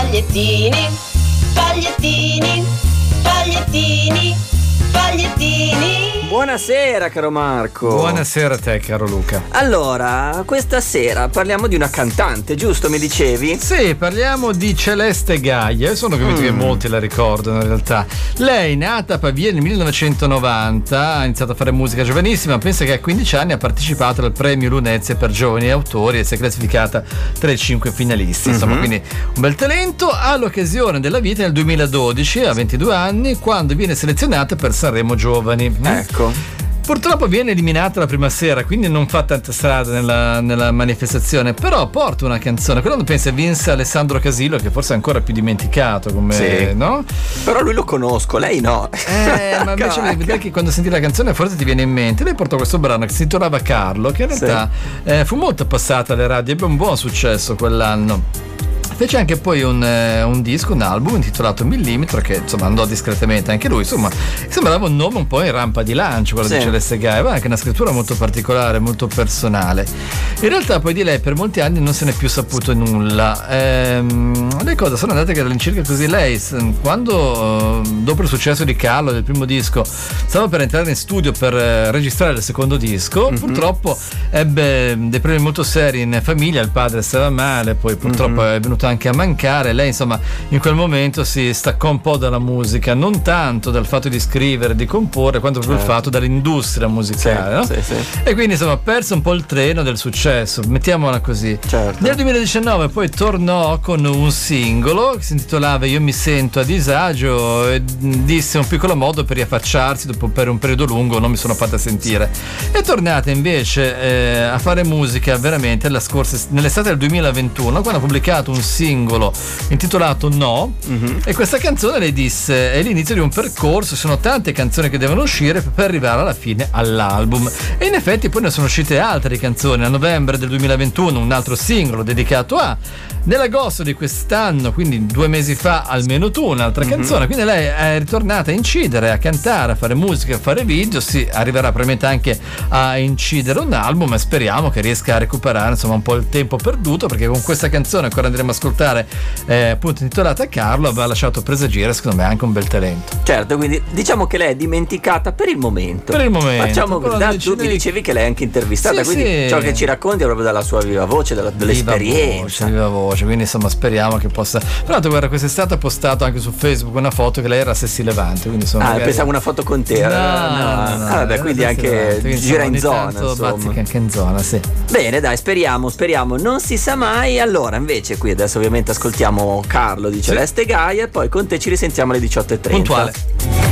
Pagliettini, pagliettini, pagliettini, pagliettini. Buonasera caro Marco. Buonasera a te caro Luca. Allora, questa sera parliamo di una cantante, giusto mi dicevi? Sì, parliamo di Celeste Gaia. Io sono convinto che molti la ricordano in realtà. Lei, nata a Pavia nel 1990, ha iniziato a fare musica giovanissima. Pensa che a 15 anni ha partecipato al premio Lunezia per giovani autori e si è classificata tra i 5 finalisti. Insomma, quindi un bel talento. Ha l'occasione della vita nel 2012, a 22 anni, quando viene selezionata per Sanremo Giovani. Ecco. Purtroppo viene eliminata la prima sera, quindi non fa tanta strada nella manifestazione, però porta una canzone. Quando pensi a Vince Alessandro Casillo, che forse è ancora più dimenticato come, sì, no? Però lui lo conosco, lei no. Ma invece vedrai che quando senti la canzone forse ti viene in mente. Lei portò questo brano che si intitolava Carlo, che in realtà fu molto passata alle radio, ebbe un buon successo quell'anno. Fece anche poi un disco, un album intitolato Millimetro, che insomma andò discretamente anche lui. Insomma, sembrava un nome un po' in rampa di lancio, quello di Celeste Gaia. Aveva anche una scrittura molto particolare, molto personale. In realtà poi di lei per molti anni non se n'è più saputo nulla. Le cose sono andate che all'incirca così. Lei, quando dopo il successo di Carlo, del primo disco, stava per entrare in studio per registrare il secondo disco, purtroppo ebbe dei problemi molto seri in famiglia. Il padre stava male, poi purtroppo è venuto anche a mancare. Lei insomma in quel momento si staccò un po' dalla musica, non tanto dal fatto di scrivere, di comporre, quanto proprio il fatto dall'industria musicale, no? E quindi insomma ha perso un po' il treno del successo, mettiamola così. Nel 2019 poi tornò con un singolo che si intitolava Io mi sento a disagio e disse un piccolo modo per riaffacciarsi dopo per un periodo lungo non mi sono fatta sentire. È tornata invece a fare musica veramente nell'estate del 2021, quando ha pubblicato un singolo intitolato No, e questa canzone lei disse è l'inizio di un percorso, sono tante canzoni che devono uscire per arrivare alla fine all'album, e in effetti poi ne sono uscite altre canzoni. A novembre del 2021 un altro singolo dedicato a, nell'agosto di quest'anno, quindi 2 mesi fa, Almeno tu, un'altra canzone. Quindi lei è ritornata a incidere, a cantare, a fare musica, a fare video. Si arriverà probabilmente anche a incidere un album e speriamo che riesca a recuperare insomma un po' il tempo perduto, perché con questa canzone ancora andremo a ascoltare, appunto intitolata Carlo, aveva lasciato presagire secondo me anche un bel talento. Certo, quindi diciamo che lei è dimenticata per il momento. Facciamo, tu mi dicevi che lei è anche intervistata, quindi ciò che ci racconti è proprio dalla sua viva voce, dell'esperienza. Viva voce, quindi insomma speriamo che possa. Tra l'altro guarda, quest'estate ha postato anche su Facebook una foto che lei era a Sessi Levante, quindi magari... pensavo una foto con te. No, vabbè, quindi anche gira in zona, bazzica anche in zona, sì. Bene, dai, speriamo, non si sa mai. Allora invece qui adesso ovviamente ascoltiamo Carlo di Celeste Gaia e poi con te ci risentiamo alle 18:30. Puntuale.